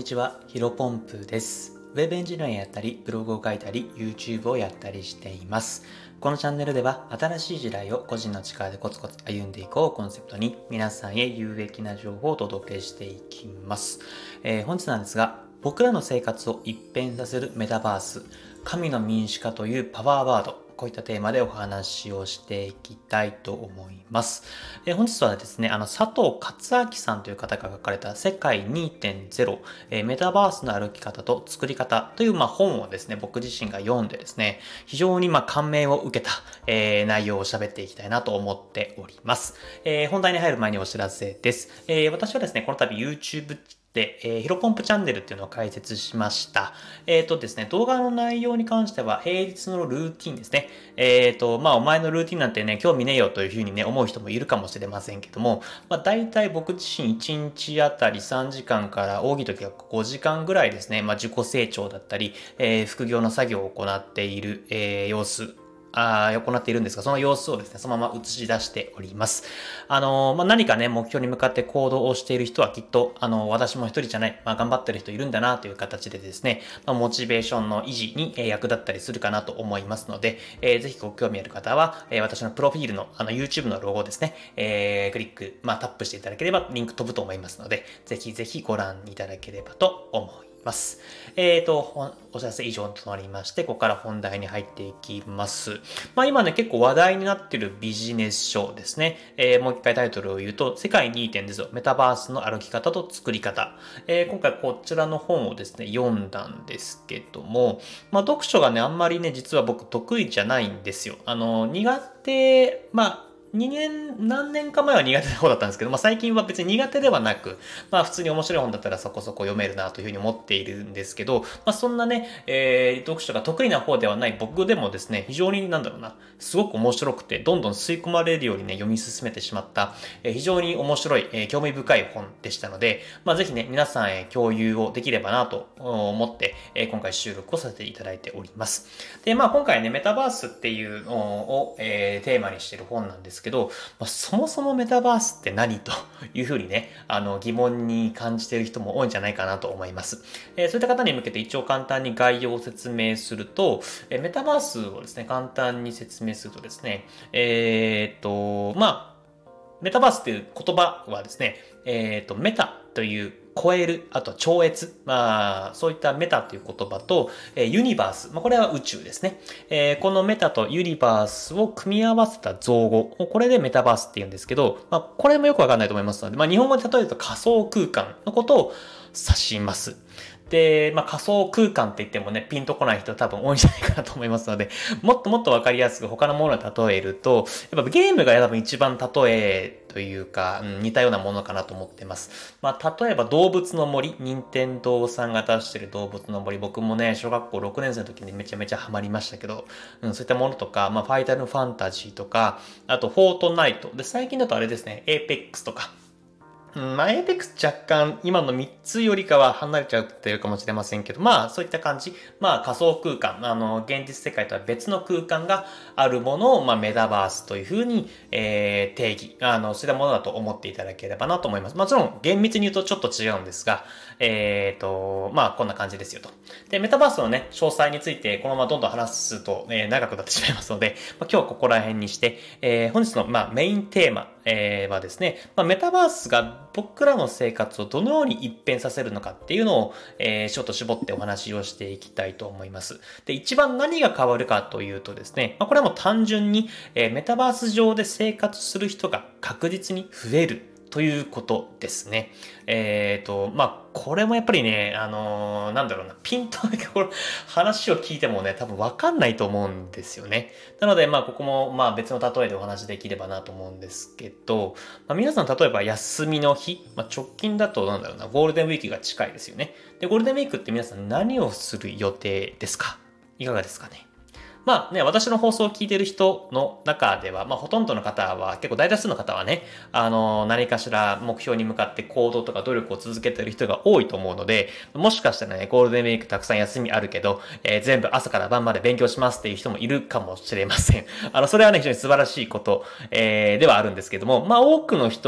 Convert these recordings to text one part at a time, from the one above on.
にちは、ヒロポンプです。ウェブエンジニアやったり、ブログを書いたり、YouTube をやったりしています。このチャンネルでは、新しい時代を個人の力でコツコツ歩んでいこうをコンセプトに、皆さんへ有益な情報をお届けしていきます。本日なんですが、僕らの生活を一変させるメタバース、神の民主化というパワーワード、こういったテーマでお話をしていきたいと思います。本日はですね、佐藤勝明さんという方が書かれた世界2.0、メタバースの歩き方と作り方という本をですね、僕自身が読んでですね、非常に感銘を受けた、内容を喋っていきたいなと思っております。本題に入る前にお知らせです。私はですね、この度 YouTubeで、ヒロポンプチャンネルっていうのを開設しました。ですね、動画の内容に関しては平日のルーティンですね。お前のルーティンなんてね、興味ねえよというふうにね、思う人もいるかもしれませんけども、大体僕自身1日あたり3時間から多い時は5時間ぐらいですね、自己成長だったり、副業の作業を行っている、様子、行っているんですが、その様子をですね、そのまま映し出しております。何かね、目標に向かって行動をしている人はきっと、私も一人じゃない、頑張ってる人いるんだなという形でですね、モチベーションの維持に役立ったりするかなと思いますので、ぜひご興味ある方は、私のプロフィールのYouTube のロゴですね、クリック、タップしていただければリンク飛ぶと思いますので、ぜひぜひご覧いただければと思います。お知らせ以上となりまして、ここから本題に入っていきます。今ね、結構話題になっているビジネス書ですね。もう一回タイトルを言うと、世界2.0メタバースの歩き方と作り方。今回こちらの本をですね、読んだんですけども、読書がね、あんまりね、実は僕得意じゃないんですよ。苦手、何年か前は苦手な方だったんですけど、最近は別に苦手ではなく、普通に面白い本だったらそこそこ読めるなというふうに思っているんですけど、そんなね、読書が得意な方ではない僕でもですね、非常にすごく面白くて、どんどん吸い込まれるようにね、読み進めてしまった、非常に面白い、興味深い本でしたので、ぜひね、皆さんへ共有をできればなと思って、今回収録をさせていただいております。で、今回ね、メタバースっていうのを、テーマにしている本なんですけど、そもそもメタバースって何というふうにね、疑問に感じている人も多いんじゃないかなと思います。そういった方に向けて一応簡単に概要を説明すると、メタバースをですね、簡単に説明するとですね、メタバースっていう言葉はですね、メタという超える、あとは超越、そういったメタという言葉と、ユニバース、これは宇宙ですね。このメタとユニバースを組み合わせた造語、これでメタバースって言うんですけど、これもよくわかんないと思いますので、日本語で例えると仮想空間のことを指します。で、仮想空間って言ってもね、ピンとこない人多分多いんじゃないかなと思いますので、もっともっとわかりやすく他のものに例えると、やっぱゲームが多分一番例えというか、似たようなものかなと思ってます。例えば動物の森、任天堂さんが出してる動物の森、僕もね、小学校6年生の時にめちゃめちゃハマりましたけど、そういったものとか、ファイナルファンタジーとか、あとフォートナイト。で、最近だとあれですね、エーペックスとか、エーペックス若干今の3つよりかは離れちゃうっていうかもしれませんけど、そういった感じ。仮想空間、現実世界とは別の空間があるものを、メタバースというふうに、定義。そういったものだと思っていただければなと思います。もちろん厳密に言うとちょっと違うんですが、こんな感じですよと。で、メタバースのね、詳細についてこのままどんどん話すと、長くなってしまいますので、今日はここら辺にして、本日の、メインテーマ、はですね、メタバースが僕らの生活をどのように一変させるのかっていうのを、ちょっと絞ってお話をしていきたいと思います。で、一番何が変わるかというとですね、これはもう単純に、メタバース上で生活する人が確実に増えるということですね。これもやっぱりね、ピンとこの話を聞いてもね、多分わかんないと思うんですよね。なので、ここも、別の例えでお話できればなと思うんですけど、皆さん例えば休みの日、直近だとゴールデンウィークが近いですよね。で、ゴールデンウィークって皆さん何をする予定ですか？いかがですかね？私の放送を聞いている人の中では、ほとんどの方は、結構大多数の方はね、何かしら目標に向かって行動とか努力を続けている人が多いと思うので、もしかしたらね、ゴールデンウィークたくさん休みあるけど、全部朝から晩まで勉強しますっていう人もいるかもしれません。それはね、非常に素晴らしいこと、ではあるんですけども、多くの人は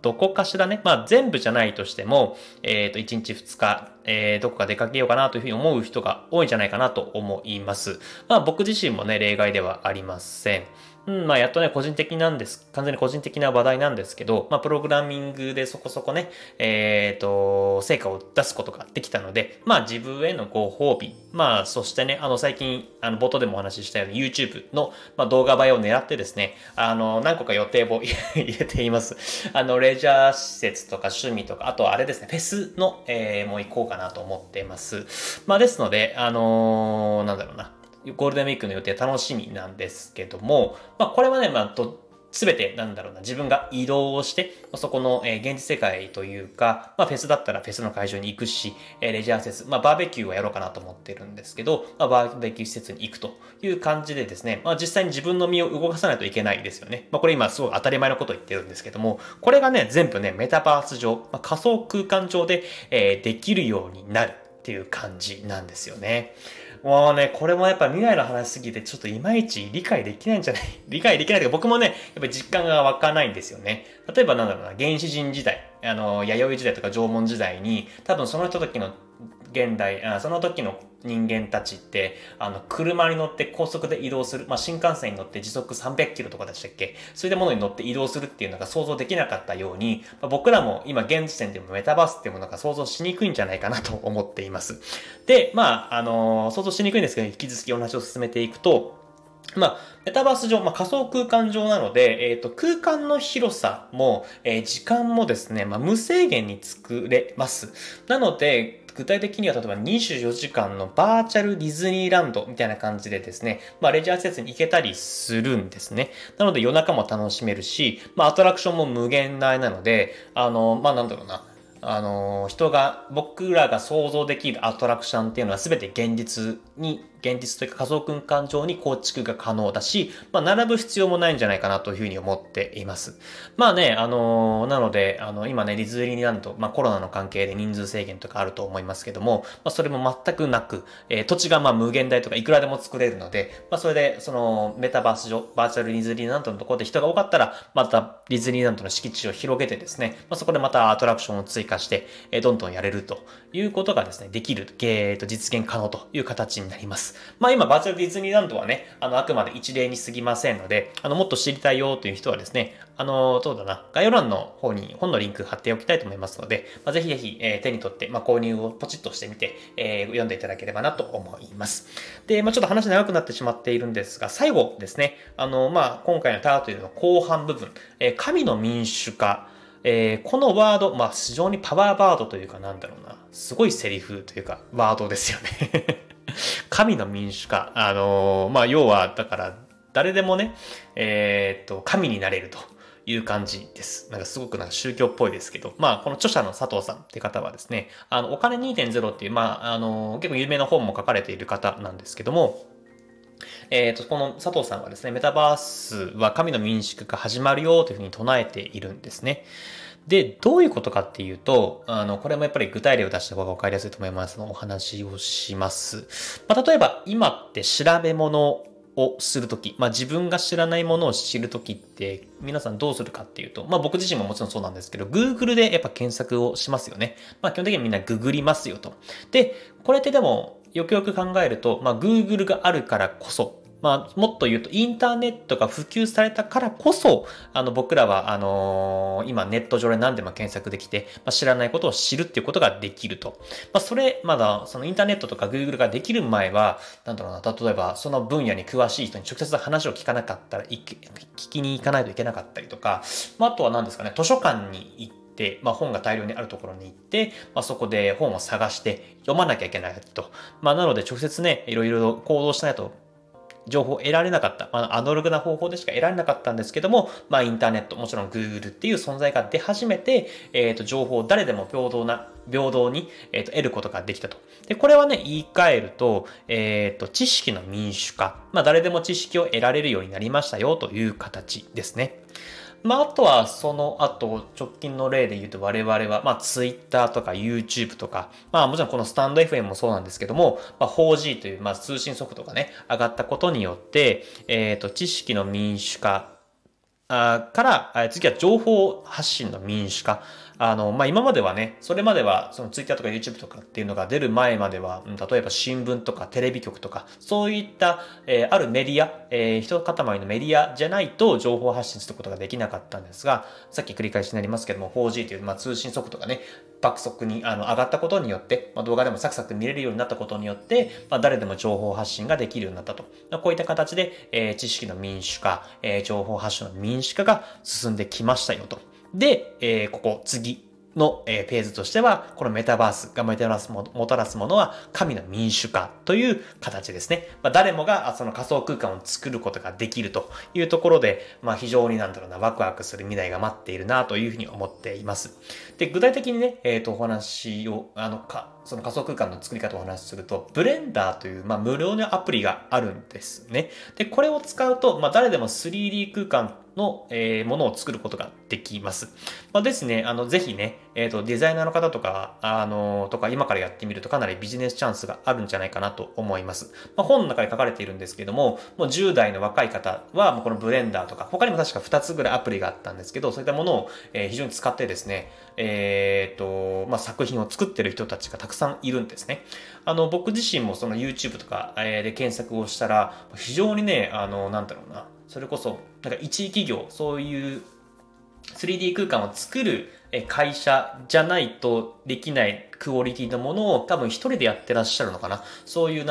どこかしらね、全部じゃないとしても、1日2日、どこか出かけようかなというふうに思う人が多いんじゃないかなと思います。僕自身もね、例外ではありません。やっとね、完全に個人的な話題なんですけど、プログラミングでそこそこね、成果を出すことができたので、自分へのご褒美、そしてね、最近、冒頭でもお話ししたように YouTube の、動画映えを狙ってですね、何個か予定を入れています。レジャー施設とか趣味とか、あとはあれですね、フェスの、もう行こうかなと思っています。ですので、なんだろうな、ゴールデンウィークの予定楽しみなんですけども、これはね、すべて、自分が移動をして、そこの、現実世界というか、フェスだったらフェスの会場に行くし、レジャー施設、バーベキューはやろうかなと思ってるんですけど、バーベキュー施設に行くという感じでですね、実際に自分の身を動かさないといけないですよね。これ今すごい当たり前のことを言ってるんですけども、これがね、全部ね、メタバース上、仮想空間上で、できるようになるっていう感じなんですよね。もうね、これもやっぱ未来の話すぎて、ちょっといまいち理解できないんじゃない理解できないけど、僕もね、やっぱり実感が湧かないんですよね。例えば原始人時代、弥生時代とか縄文時代に、多分その時のその時の人間たちって、車に乗って高速で移動する、新幹線に乗って時速300キロとかでしたっけ？そういったものに乗って移動するっていうのが想像できなかったように、僕らも今現時点でもメタバースっていうものが想像しにくいんじゃないかなと思っています。で、想像しにくいんですけど、引き続きお話を進めていくと、メタバース上、仮想空間上なので、空間の広さも、時間もですね、無制限に作れます。なので、具体的には例えば24時間のバーチャルディズニーランドみたいな感じでですね、レジャー施設に行けたりするんですね。なので夜中も楽しめるし、アトラクションも無限大なので、僕らが想像できるアトラクションっていうのは全て現実というか仮想空間上に構築が可能だし、並ぶ必要もないんじゃないかなというふうに思っています。なので、今ね、ディズニーランド、コロナの関係で人数制限とかあると思いますけども、それも全くなく、土地が無限大とかいくらでも作れるので、それで、メタバース上、バーチャルディズニーランドのところで人が多かったら、またディズニーランドの敷地を広げてですね、そこでまたアトラクションを追加して、どんどんやれるということがですね、できる、実現可能という形になります。今、バーチャルディズニーランドはね、あくまで一例に過ぎませんので、もっと知りたいよという人はですね、概要欄の方に本のリンク貼っておきたいと思いますので、ぜひぜひ、手に取って、購入をポチッとしてみて、読んでいただければなと思います。で、ちょっと話長くなってしまっているんですが、最後ですね、今回のタートルの後半部分、神の民主化、このワード、非常にパワーワードというかすごいセリフというか、ワードですよね。神の民主化。要は、だから、誰でもね、神になれるという感じです。すごく宗教っぽいですけど、この著者の佐藤さんって方はですね、お金2.0っていう、結構有名な本も書かれている方なんですけども、この佐藤さんはですね、メタバースは神の民主化が始まるよというふうに唱えているんですね。で、どういうことかっていうと、これもやっぱり具体例を出した方が分かりやすいと思いますので、お話をします。例えば、今って調べ物をするとき、自分が知らないものを知るときって、皆さんどうするかっていうと、僕自身ももちろんそうなんですけど、Google でやっぱ検索をしますよね。基本的にみんなググりますよと。で、これってでも、よくよく考えると、Google があるからこそ、もっと言うと、インターネットが普及されたからこそ、僕らは、今ネット上で何でも検索できて、知らないことを知るっていうことができると。まだ、そのインターネットとか Google ができる前は、例えば、その分野に詳しい人に直接話を聞かなかったら、聞きに行かないといけなかったりとか、あとは何ですかね、図書館に行って、本が大量にあるところに行って、そこで本を探して読まなきゃいけないと。なので直接ね、いろいろ行動しないと情報を得られなかった。アナログな方法でしか得られなかったんですけども、インターネット、もちろん Google っていう存在が出始めて、情報を誰でも平等に、得ることができたと。で、これはね、言い換えると、知識の民主化。誰でも知識を得られるようになりましたよという形ですね。あとは、その後、直近の例で言うと我々は、Twitter とか YouTube とか、もちろんこのスタンド FM もそうなんですけども、4G という、通信速度がね、上がったことによって、知識の民主化次は情報発信の民主化。今まではね、それまでは、そのツイッターとか YouTube とかっていうのが出る前までは、例えば新聞とかテレビ局とか、そういった、あるメディア、一塊のメディアじゃないと情報発信することができなかったんですが、さっき繰り返しになりますけども、4G という、通信速度がね、爆速に上がったことによって、動画でもサクサク見れるようになったことによって、誰でも情報発信ができるようになったと。こういった形で、知識の民主化、情報発信の民主化が進んできましたよと。で、次のフェーズとしては、このメタバースがもたらすものは神の民主化という形ですね。誰もがその仮想空間を作ることができるというところで、非常にワクワクする未来が待っているなというふうに思っています。で、具体的にね、お話を、その仮想空間の作り方をお話しすると、ブレンダーという、無料のアプリがあるんですね。で、これを使うと、誰でも 3D 空間の、ものを作ることができます。ですね、ぜひね、デザイナーの方とか、今からやってみるとかなりビジネスチャンスがあるんじゃないかなと思います。本の中に書かれているんですけども、もう10代の若い方は、このブレンダーとか、他にも確か2つぐらいアプリがあったんですけど、そういったものを、非常に使ってですね、作品を作ってる人たちがたくさんいるんですね。僕自身もその YouTube とか、で検索をしたら、非常にね、それこそ、一企業、そういう 3D 空間を作る会社じゃないとできないクオリティのものを多分一人でやってらっしゃるのかな。そういう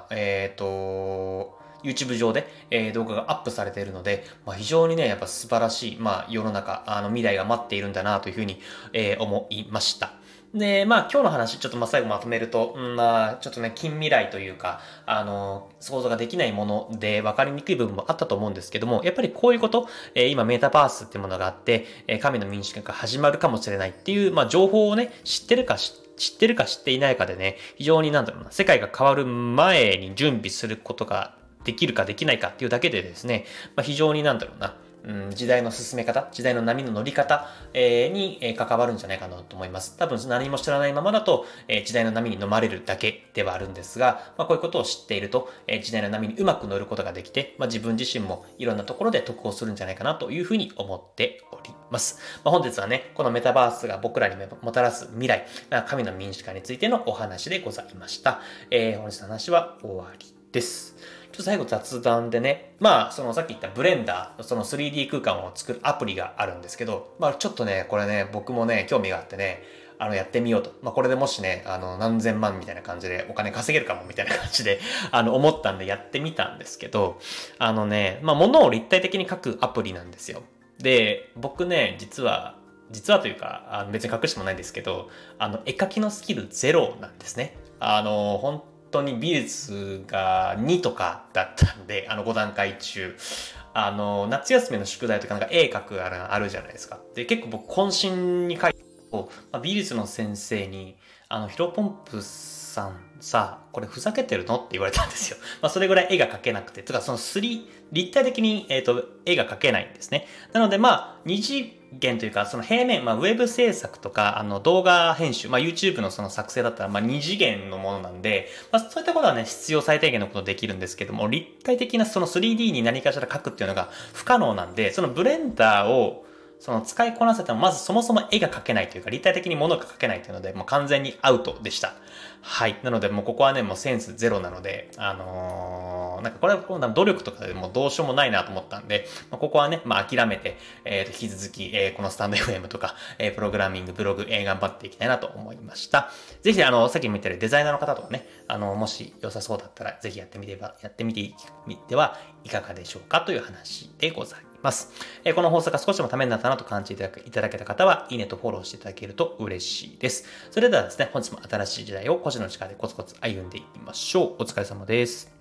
YouTube 上で、動画がアップされているので、非常にね、やっぱ素晴らしい、世の中、未来が待っているんだなというふうに、思いました。で、今日の話、ちょっと最後まとめると、ちょっとね、近未来というか、想像ができないもので分かりにくい部分もあったと思うんですけども、やっぱりこういうこと、今メタバースっていうものがあって、神の民主化が始まるかもしれないっていう、情報をね、知ってるか知っていないかでね、非常に世界が変わる前に準備することができるかできないかっていうだけでですね、非常に時代の進め方、時代の波の乗り方、に関わるんじゃないかなと思います。多分何も知らないままだと、時代の波に飲まれるだけではあるんですが、こういうことを知っていると、時代の波にうまく乗ることができて、自分自身もいろんなところで得をするんじゃないかなというふうに思っております。本日はね、このメタバースが僕らにもたらす未来、神の民主化についてのお話でございました。本日の話は終わりです。最後雑談でね、さっき言ったブレンダー、その 3D 空間を作るアプリがあるんですけど、ちょっとね、これね、僕もね、興味があってね、やってみようと。これでもしね、何千万みたいな感じでお金稼げるかもみたいな感じで、思ったんでやってみたんですけど、物を立体的に描くアプリなんですよ。で、僕ね、実はというか、別に隠してもないんですけど、絵描きのスキルゼロなんですね。本当に美術が2とかだったんで、5段階中。夏休みの宿題とか絵描くあるじゃないですか。で、結構僕渾身に描いて、美術の先生に、ヒロポンプさんさ、これふざけてるのって言われたんですよ。それぐらい絵が描けなくて、とかその立体的に、絵が描けないんですね。なので二次元というか、その平面、ウェブ制作とか、動画編集、YouTube のその作成だったら、二次元のものなんで、そういったことはね、必要最低限のことできるんですけども、立体的なその 3D に何かしら描くっていうのが不可能なんで、そのブレンダーを、使いこなせても、まずそもそも絵が描けないというか、立体的に物が描けないというので、もう完全にアウトでした。はい。なので、もうここはね、もうセンスゼロなので、これは努力とかでもどうしようもないなと思ったんで、ここはね、諦めて、引き続き、このスタンド FM とか、プログラミング、ブログ、頑張っていきたいなと思いました。ぜひ、さっきも言ったようにデザイナーの方とかね、もし良さそうだったら、ぜひやってみてはいかがでしょうかという話でございます。この放送が少しでもためになったなと感じていただけた方は、いいねとフォローしていただけると嬉しいです。それではですね、本日も新しい時代を個人の力でコツコツ歩んでいきましょう。お疲れ様です。